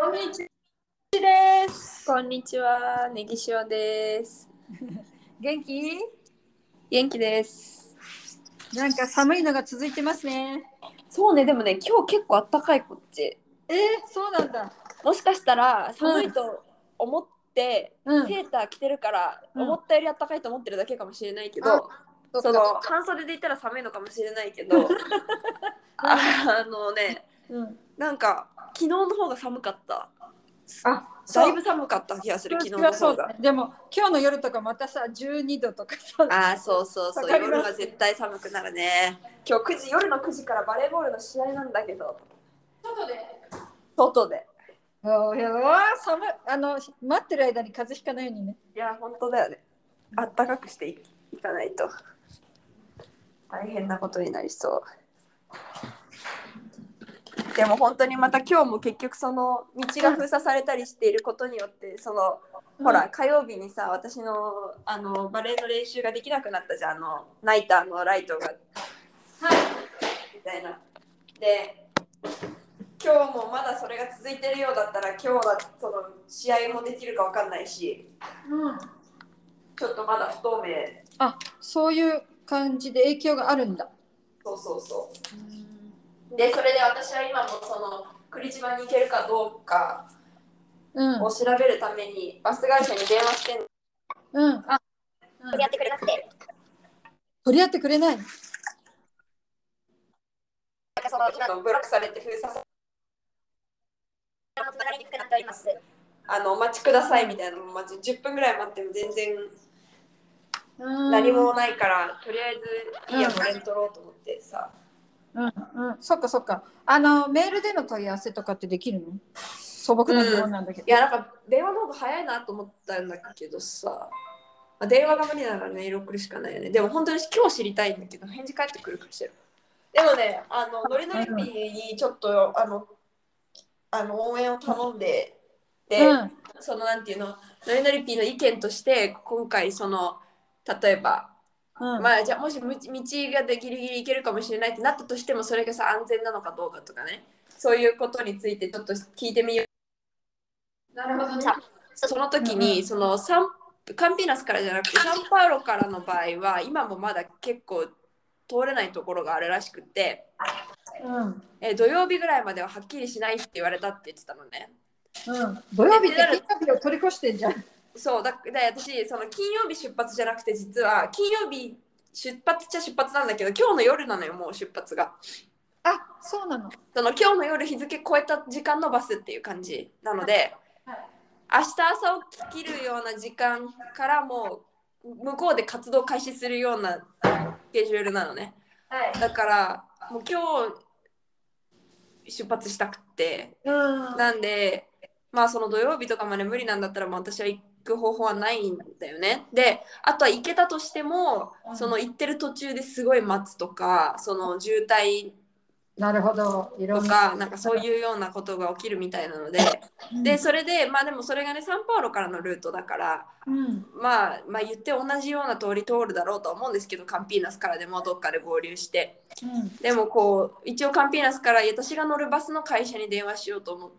んにちです。 こんにちは、ネギ塩です。 元気？ 元気です。 なんか寒いのが続いてますね。 そうね、でもね、今日結構あったかいこっち。 そうなんだ。 もしかしたら寒いと思って、セーター着てるから思ったよりあったかいと思ってるだけかもしれないけど、その半袖で言ったら寒いのかもしれないけど、なんか昨日の方が寒かった。だいぶ寒かった気がする、昨日の方が。 でも今日の夜とかまたさ、12度とかさ。 そう、夜は絶対寒くなるね。今日夜の9時からバレーボールの試合なんだけど。外で。 寒い。待ってる間に風邪ひかないようにね。 いや、本当だよね。あったかくしていかないと大変なことになりそう。でも本当にまた今日も結局その道が封鎖されたりしていることによってほら火曜日にさ、私のバレエの練習ができなくなったじゃん、ナイターのライトがみたいな。で今日もまだそれが続いてるようだったら、今日はその試合もできるか分かんないし、ちょっとまだ不透明。 そういう感じで影響があるんだ。 そうで、それで私は今もその栗島に行けるかどうかを調べるためにバス会社に電話してんの。取り合ってくれなくて。 取り合ってくれない。 その今ブロックされて封鎖されてくなっております。お待ちくださいみたいなのを10分ぐらい待っても全然何もないから、とりあえずいいや、もうレン取ろうと思ってさ。 そっか。メールでの問い合わせとかってできるの？素朴な疑問なんだけど。 いや、なんか電話の方が早いなと思ったんだけどさ、電話が無理ならメール送るしかないよね。でも本当に今日知りたいんだけど、返事返ってくるかしら。でもね、ノリノリピーにちょっと応援を頼んで、そのなんていうの、ノリノリピーの意見として、今回例えば、じゃあもし道がギリギリ行けるかもしれないってなったとしても、それがさ安全なのかどうかとかね、そういうことについてちょっと聞いてみよう。なるほどね。その時にカンピナスからじゃなくてサンパウロからの場合は今もまだ結構通れないところがあるらしくて、土曜日ぐらいまでははっきりしないって言われたって言ってたのね。 土曜日って金曜日を取り越してんじゃん。 そうだ、私その金曜日出発じゃなくて、実は金曜日出発っちゃ出発なんだけど、今日の夜なのよ、もう出発が。 そうなの。 今日の夜日付超えた時間のバスっていう感じなので、明日朝起きるような時間からもう向こうで活動開始するようなスケジュールなのね。だからもう今日出発したくて、なんでその土曜日とかまで無理なんだったら、私は行く方法はないんだよね。で、あとは行けたとしても、その行ってる途中ですごい待つとか、その渋滞なるほど。 とか、なんかそういうようなことが起きるみたいなので、でそれででもそれがね、サンパウロからのルートだから、言って同じような通り通るだろうと思うんですけど、カンピーナスからでもどっかで合流して、でも一応カンピーナスから私が乗るバスの会社に電話しようと思って、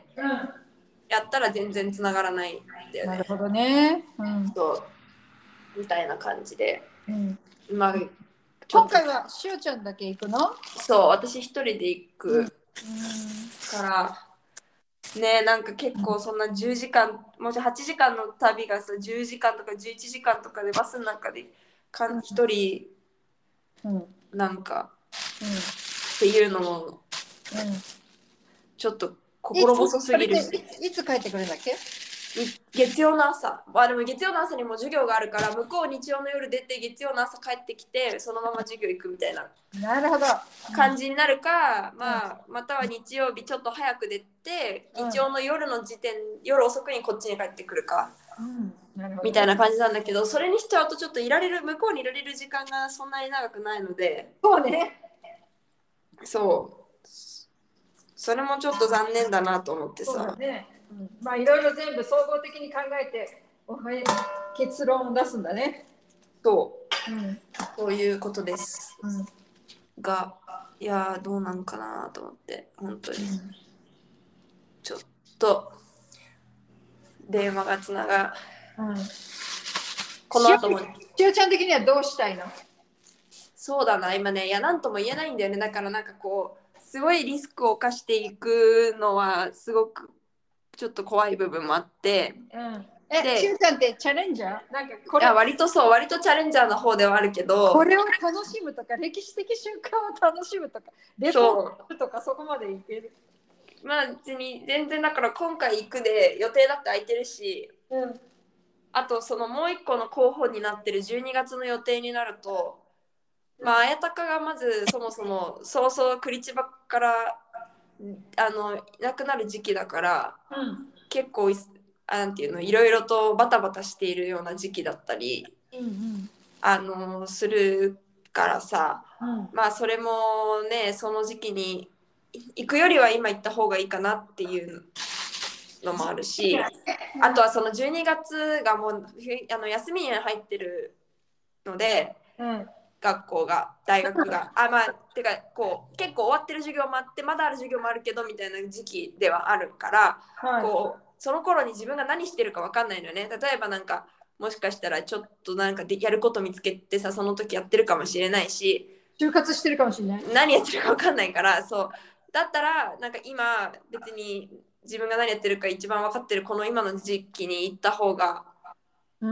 やったら全然つながらないんだよね。 なるほどね。 そうみたいな感じで、 今回はしおちゃんだけ行くの？ そう、私一人で行くからね。なんか結構そんな10時間、もし8時間の旅がさ、10時間とか11時間とかでバスの中で一人なんかっていうのもちょっと心細すぎるし。 いつ帰ってくるんだっけ？ 月曜の朝。でも月曜の朝にも授業があるから、向こう日曜の夜出て月曜の朝帰ってきて、そのまま授業行くみたいな感じになるか、または日曜日ちょっと早く出て、日曜の夜遅くにこっちに帰ってくるか、みたいな感じなんだけど、それにしちゃうとちょっと向こうにいられる時間がそんなに長くないので。 そうね。 それもちょっと残念だなと思ってさ。 いろいろ全部総合的に考えて結論を出すんだね。 そういうことです。が、いやどうなんかなと思って、本当にちょっと電話がつながる。 うん。 この後も。 しおちゃん的にはどうしたいの？ そうだな、今ね、いや、なんとも言えないんだよね。だからなんかこう、すごいリスクを冒していくのは、すごくちょっと怖い部分もあって、 うん。しで、 おちゃんってチャレンジャー？なんかこれ、 いや、割とチャレンジャーの方ではあるけど、 これを楽しむとか、歴史的瞬間を楽しむとか、レポートとかそこまでいける。 まあ別に全然だから今回行くで予定だって空いてるし、 うん。 あとそのもう一個の候補になってる12月の予定になると、まあ綾鷹がまずそもそも早々クリチバからいなくなる時期だから、 うん、 結構なんていうの、いろいろとバタバタしているような時期だったり、 うんするからさ、 うん、 まあそれもね、その時期に行くよりは今行った方がいいかなっていうのもあるし、あとはその12月がもう休みに入ってるので、 うん、 学校が大学がまあてかこう結構終わってる授業もあってまだある授業もあるけどみたいな時期ではあるから、 はい、 こうその頃に自分が何してるか分かんないのよね。例えばなんかもしかしたらちょっとなんかやること見つけてさ、その時やってるかもしれないし、 就活してるかもしれない。 何やってるか分かんないから、そうだったらなんか今別に自分が何やってるか一番分かってるこの今の時期に行った方がうん、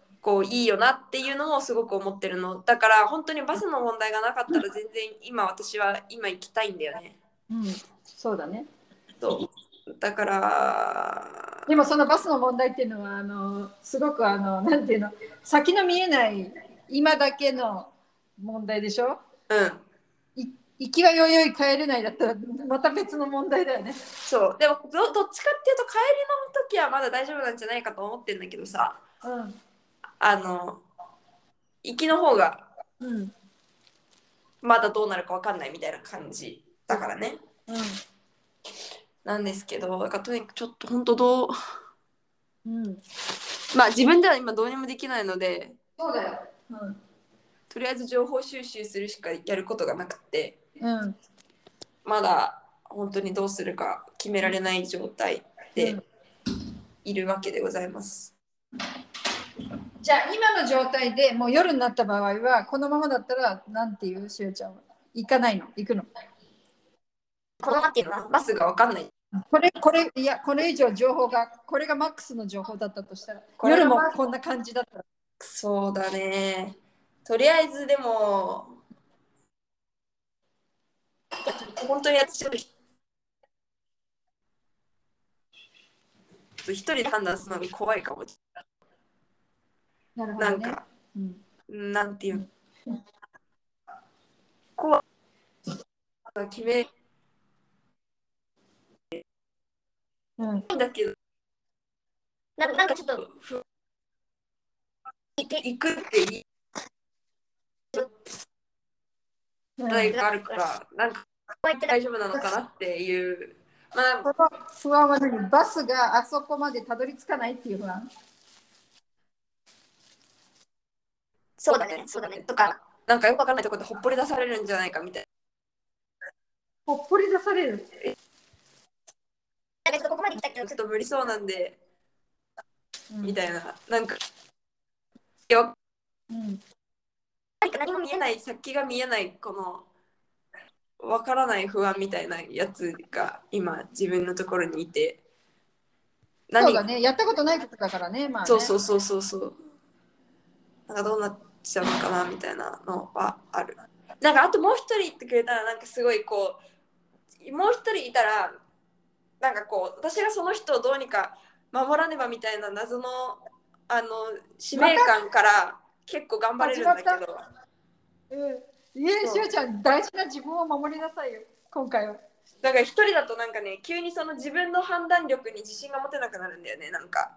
こういいよなっていうのをすごく思ってるの。だから本当にバスの問題がなかったら全然私は今行きたいんだよね。 うん、そうだね。 そうだからでもそのバスの問題っていうのはすごくなんていうの、先の見えない今だけの問題でしょ。 うん、 行きはよいよい帰れないだったらまた別の問題だよね。 そうでもどっちかっていうと帰りの時はまだ大丈夫なんじゃないかと思ってるんだけどさ、 うん、 行きの方がうん、 まだどうなるか分かんないみたいな感じだからね。 うなんですけど、だからとにかくちょっと本当どうん、うん、 まあ自分では今どうにもできないので、 そうだよ。うん、 とりあえず情報収集するしかやることがなくて、 うん、 まだ本当にどうするか決められない状態でいるわけでございます。 じゃあ今の状態でもう夜になった場合はこのままだったらなんていうしおちゃんは行かないの？行くの？ このままっていうのはバスが分かんない。 いやこれ以上情報がこれがマックスの情報だったとしたら夜これがもこんな感じだったらそうだね。とりあえずでも本当に私ちょっと一人で判断するのに怖いかも。 なるほどね。 なんか、 うん、 なんていう、怖い決めうん、 だけど、なんかちょっと行くっていい題があるから、なんか大丈夫なのかなっていう。まあ、 この不安は何？バスがあそこまでたどり着かないっていう不安？ そうだね、そうだね。とか、なんかよくわかんないところでほっぽり出されるんじゃないかみたいほっぽり出される。 な。なんかここまで来たけど、ちょっと無理そうなんで、みたいな。なんか、 うん、 何も見えない、先が見えない、この、わからない不安みたいなやつが今、自分のところにいて。 そうだね。やったことないことだからね。まあね。 そう。なんかどうなっちゃうのかなみたいなのはある。なんかあともう一人言ってくれたらなんかすごいこうもう一人いたらなんかこう私がその人をどうにか守らねばみたいな謎の使命感から結構頑張れるんだけど、 いえ、しおちゃん大事な自分を守りなさいよ今回は。 だから一人だとなんかね急にその自分の判断力に自信が持てなくなるんだよね。なんか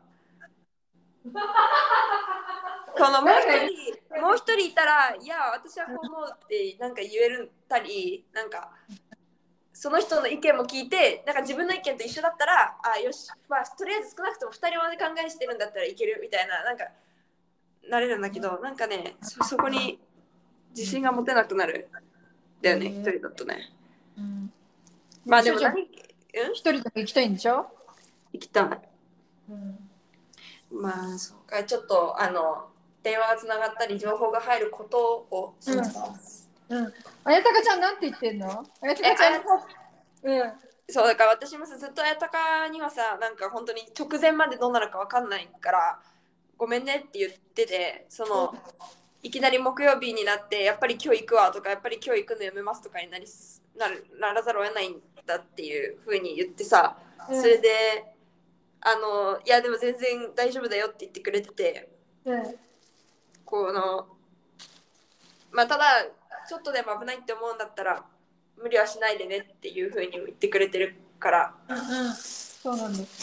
このもう一人いたらいや私はこう思うってなんか言えるたりなんかその人の意見も聞いてなんか自分の意見と一緒だったらよし、まあ、とりあえず少なくとも2人同じ考えしてるんだったらいけるみたいななんかなれるんだけどなんかねそこに自信が持てなくなるだよね一人だとね、まあでも一人でも行きたいんでしょ？ 行きたい。 うんまあそうか、ちょっと電話がつながったり情報が入ることを信じます。 うん。あやたかちゃんなんて言ってんの？あやたかちゃんの方。うん。 そうだから私もさずっとあやたかにはさなんか本当に直前までどうなるか分かんないからごめんねって言ってて、そのいきなり木曜日になってやっぱり今日行くわとかやっぱり今日行くのやめますとかにならざるを得ないんだっていう風に言ってさ、それでいやでも全然大丈夫だよって言ってくれてて、このまあただちょっとでも危ないって思うんだったら無理はしないでねっていう風に言ってくれてるから、 そうなんです。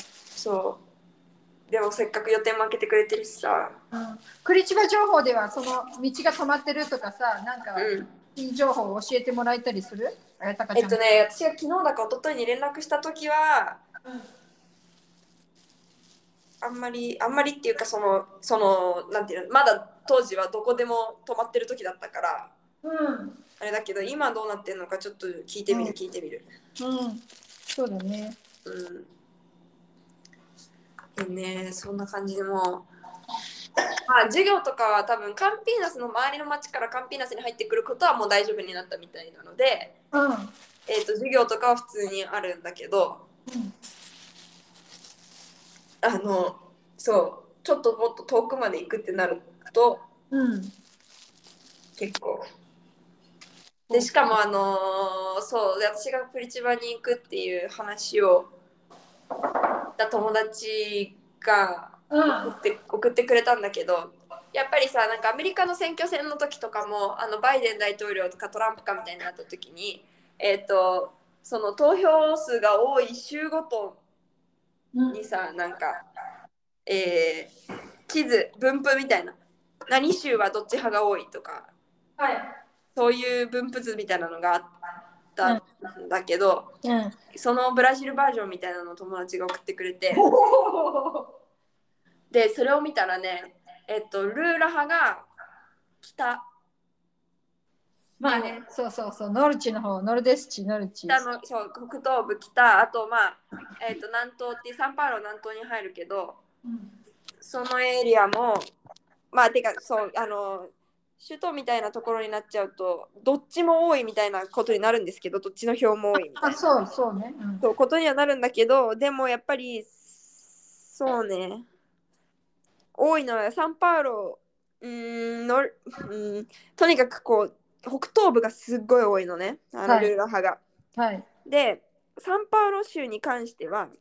そうでもせっかく予定も開けてくれてるしさ、 栗千葉情報ではその道が止まってるとかさ、なんかいい情報を教えてもらえたりする？あやたかちゃん。 私が昨日だか一昨日に連絡した時は、あんまりっていうかなんていうの、まだ当時はどこでも止まってる時だったから、あれだけど今どうなってんのかちょっと聞いてみる。 そうだね。 ね、そんな感じでもまあ授業とかは多分カンピーナスの周りの町からカンピーナスに入ってくることはもう大丈夫になったみたいなので、授業とかは普通にあるんだけど、そうちょっともっと遠くまで行くってなると、結構でしかもそうで私がプリチバに行くっていう話をした友達が送ってくれたんだけど、やっぱりさなんかアメリカの選挙戦の時とかもバイデン大統領とかトランプかみたいになった時にその投票数が多い州ごとにさなんか、地図分布みたいな何州はどっち派が多いとか、そういう分布図みたいなのがあったんだけど、そのブラジルバージョンみたいなのを友達が送ってくれて、でそれを見たらね、ルーラ派が北、 まあね、そうノルチの方、ノルデスチ、ノルチ。 そう北東部北、あとまあ、南東ってサンパウロ南東に入るけど、そのエリアもまあてかそう首都みたいなところになっちゃうとどっちも多いみたいなことになるんですけど、どっちの票も多いみたいなそうね、 そうことにはなるんだけど、でもやっぱりそうね、多いのはサンパウロとにかくこう北東部がすっごい多いのね、ルーラ派が。でサンパウロ州に関しては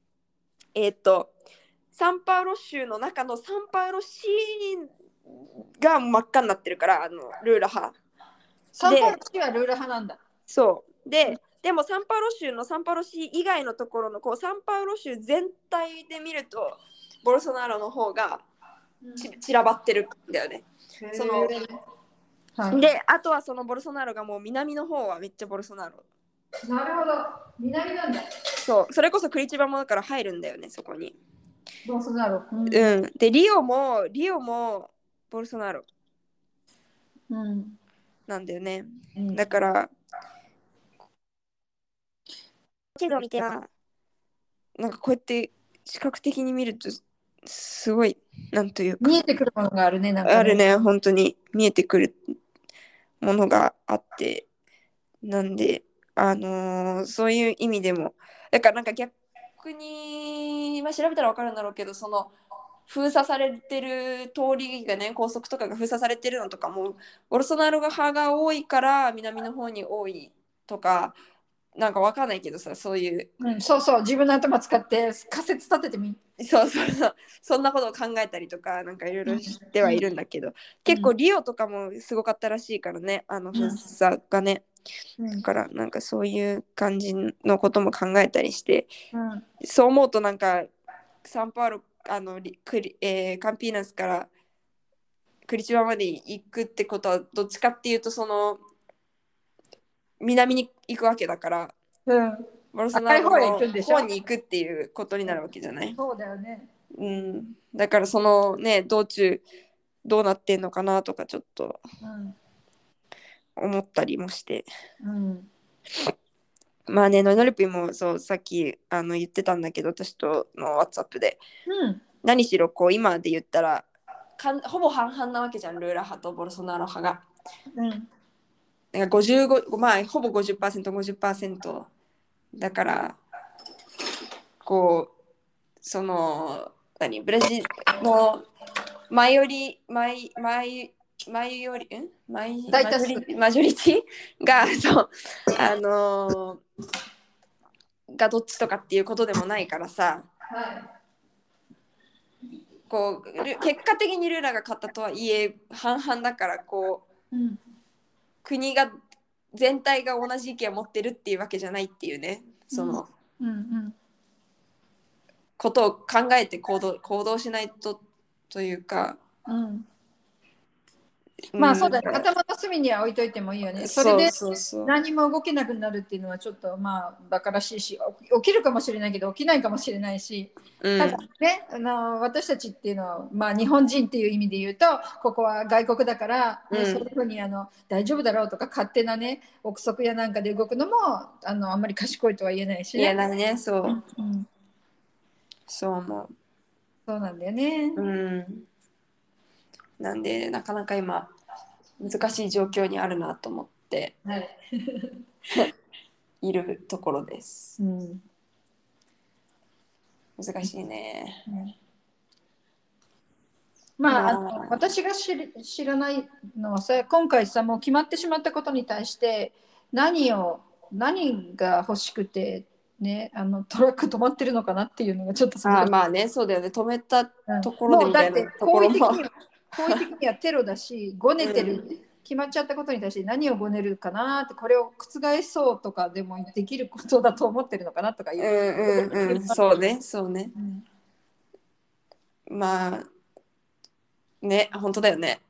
サンパウロ州の中のサンパウロ市が真っ赤になってるからルーラ派。 サンパウロ市はルーラ派なんだ。 そうでもサンパウロ州のサンパウロ市以外のところのこうサンパウロ州全体で見るとボルソナロの方が散らばってるんだよね。であとはそのボルソナロがもう南の方はめっちゃボルソナロ。 なるほど、南なんだ。 そうそれこそクリチバもだから入るんだよねそこに。 ボルソナロ。 でリオもボルソナロなんだよね。だから地図を見てはなんかこうやって視覚的に見るとすごいなんというか見えてくるものがあるね。 あるね、本当に見えてくるものがあって、なんでそういう意味でもだからなんか逆に、まあ、調べたら分かるんだろうけど、その封鎖されてる通りがね、高速とかが封鎖されてるのとかもボルソナロ派が多いから南の方に多いとかなんか分かんないけどさ、そういう、 そう自分の頭使って仮説立ててみ。 そうそんなことを考えたりとかなんかいろいろ知ってはいるんだけど、結構リオとかもすごかったらしいからね、封鎖がね、だからなんかそういう感じのことも考えたりして、そう思うとなんかサンパウロカンピーナスからクリチバまで行くってことはどっちかっていうとその南に行くわけだから、ボルソナロの方に行くっていうことになるわけじゃない。 そうだよね。 だからそのね道中どうなってんのかなとかちょっと思ったりもして、 まあね、ノリピもそうさっき言ってたんだけど、私との WhatsApp で。 うん。 何しろこう今で言ったらほぼ半々なわけじゃん、ルーラ派とボルソナロ派が。 うん。 だから55、まあほぼ 50%、50% だから、こう、その、ブラジルの前より、前より、 大多数。 マジョリティが、そう、がどっちとかっていうことでもないからさ、 はこう結果的にルーラが勝ったとはいえ半々だから、こうい。うん。 国が全体が同じ意見を持ってるっていうわけじゃないっていうね、そのうん。うん。 ことを考えて行動しないというか、 うん。まあうん、 そうだね。頭の隅には置いといてもいいよね。それそうでそうそう、 何も動けなくなるっていうのはちょっとまあ馬鹿らしいし、起きるかもしれないけど起きないかもしれないし、ただうんね、私たちっていうのは、まあ日本人っていう意味で言うと、ここは外国だから、ね、そういうふうに大丈夫だろうとか勝手なね、憶測やなんかで動くのもあんまり賢いとは言えないしね。 いやだね、そう、 うん、 そう思そうなんだよね。 う。なんでなかなか今難しい状況にあるなと思ってはい。 いるところです。 うん。 難しいね。 まあ、 まあ、 私が知らないのはさ、今回さ、もう決まってしまったことに対して、何が欲しくて、ね、トラック止まってるのかなっていうのがちょっとそこで、 まあね、そうだよね。止めたところでみたいなもうだってところも。 好意的にはテロだし、ごねてる、 うん決まっちゃったことに対して何をごねるかなって、これを覆そうとかでもできることだと思ってるのかなとかいう。 そうね、そうね。 うん、 まあ、ね、本当だよね。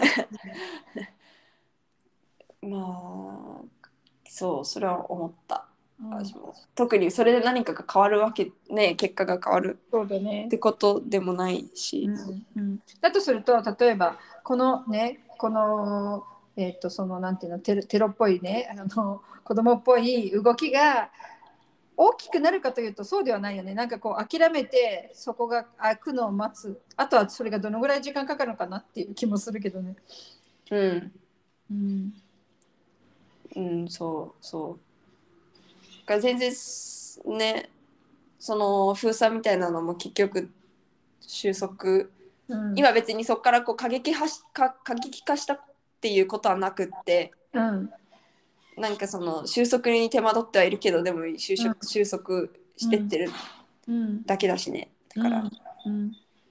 まあ、そう、それは思った。 うん、 私も特にそれで何かが変わるわけね、結果が変わるそうだね。 ってことでもないし。 だとすると、例えばこのね、そのなんていうの、テロっぽいね、子供っぽい動きが大きくなるかというとそうではないよね。なんかこう諦めてそこが開くのを待つ。あとはそれがどのぐらい時間かかるのかなっていう気もするけどね。 うん、 うん。 うん、そうそう。が全然ね、その封鎖みたいなのも結局収束、 うん。 今別にそこからこう過激化したっていうことはなくって、 うん。 なんかその収束に手間取ってはいるけど、でも収束してってるうん。 だけだしね。だうん。 から、 うん。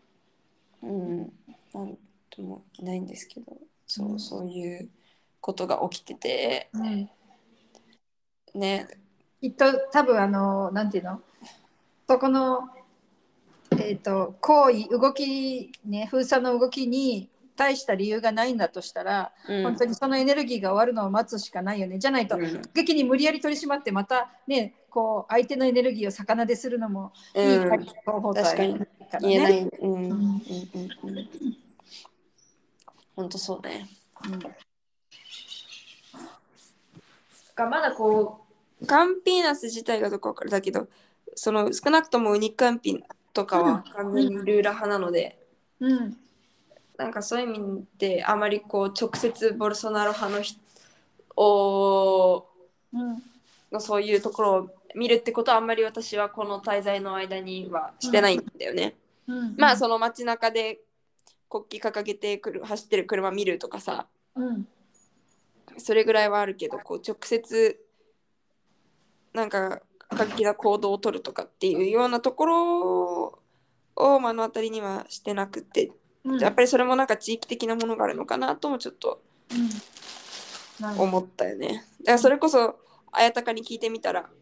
なんともいないんですけど、 うん。 そういうことが起きてて、 うん。 ね。 きっと多分なんていうの、そこの行為、動き、ね、封鎖の動きに大した理由がないんだとしたら、本当にそのエネルギーが終わるのを待つしかないよね。じゃないと、過激に無理やり取り締まって、またね、こう相手のエネルギーを逆なでするのもいい方法とは言えないからね。 言えない。本当そうね。まだこうカンピーナス自体がどこかだけど、その少なくともウニカンピンとかは完全にルーラ派なので、なんかそういう意味であまりこう直接ボルソナロ派の人のそういうところを見るってことはあんまり私はこの滞在の間にはしてないんだよね。まあその街中で国旗掲げて走ってる車見るとかさ、それぐらいはあるけど、こう直接なんか過激な行動を取るとかっていうようなところを目の当たりにはしてなくて、やっぱりそれもなんか地域的なものがあるのかなともちょっと思ったよね。だからそれこそ綾鷹に聞いてみたら、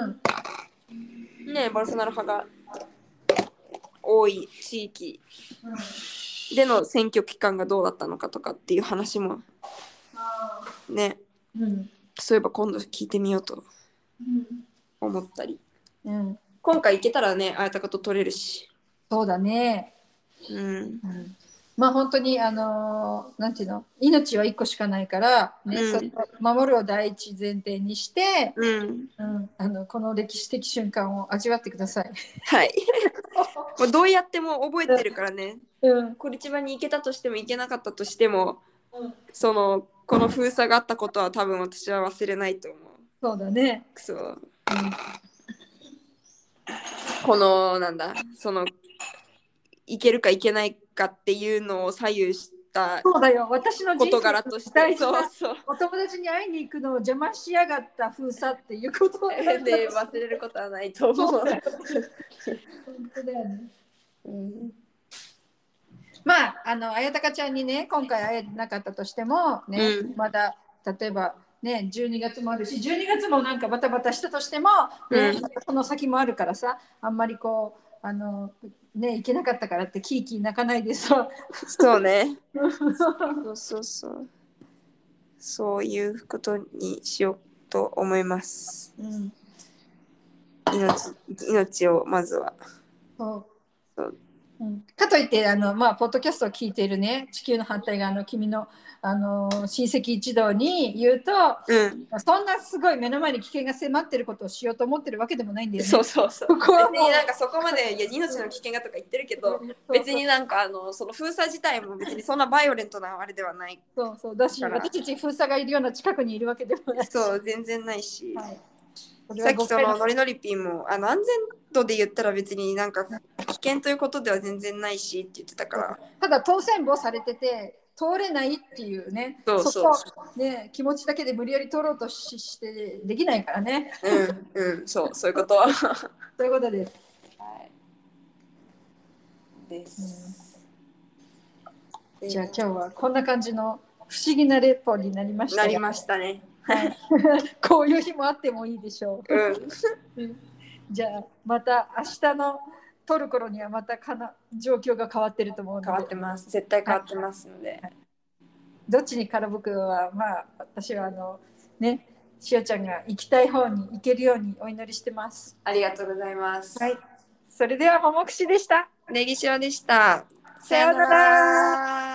ね、ボルソナロ派が多い地域での選挙期間がどうだったのかとかっていう話もね、そういえば今度聞いてみようと思ったり、今回行けたらね、綾鷹と取れるし。 そうだね。 まあ本当になんていうの、命は一個しかないからね、それを守るを第一前提にして、この歴史的瞬間を味わってください。 はい。もうどうやっても覚えてるからね。コルチバに行けたとしても行けなかったとしても、この封鎖があったことは多分私は忘れないと思う。 そうだね。 そう。このなんだ、行けるか行けないかっていうのを左右したそうだよ、私の事柄として、 そうそう、お友達に会いに行くのを邪魔しやがった封鎖っていうことで忘れることはないと思う。本当だよね。まあ綾鷹ちゃんにね、今回会えなかったとしてもね、まだ例えばね、12月もあるし、12月もなんかバタバタしたとしても、ね、その先もあるからさ、あんまりこうね、行けなかったからってキーキー泣かないでさ。 そうね。そういうことにしようと思います。命をまずは。そうかといってまあ、ポッドキャストを聞いているね、地球の反対側の君の親戚一同に言うと、そんなすごい目の前に危険が迫ってることをしようと思ってるわけでもないんだよね。 別になんかそこまでいや命の危険がとか言ってるけど、別になんかその封鎖自体も別にそんなバイオレントなあれではない。 そうだし、私たち封鎖がいるような近くにいるわけでもないし。 そう全然ないし。さっきノリノリピンも安全度で言ったら別になんか危険ということでは全然ないしって言ってたから、 ただ当選簿されてて通れないっていうね、そこね、気持ちだけで無理やり通ろうとしてできないからね。 そういうことそういうことです。 です。 じゃあ今日はこんな感じの不思議なレポになりました。 なりましたね。 こういう日もあってもいいでしょう。じゃあまた明日の撮る頃にはまた状況が変わってると思うので。 変わってます。絶対変わってますので。 どっちにから僕はまあ私はね、しおちゃんが行きたい方に行けるようにお祈りしてます。 ありがとうございます。 はい。それではももくしでした。 ねぎしおでした。 さようなら。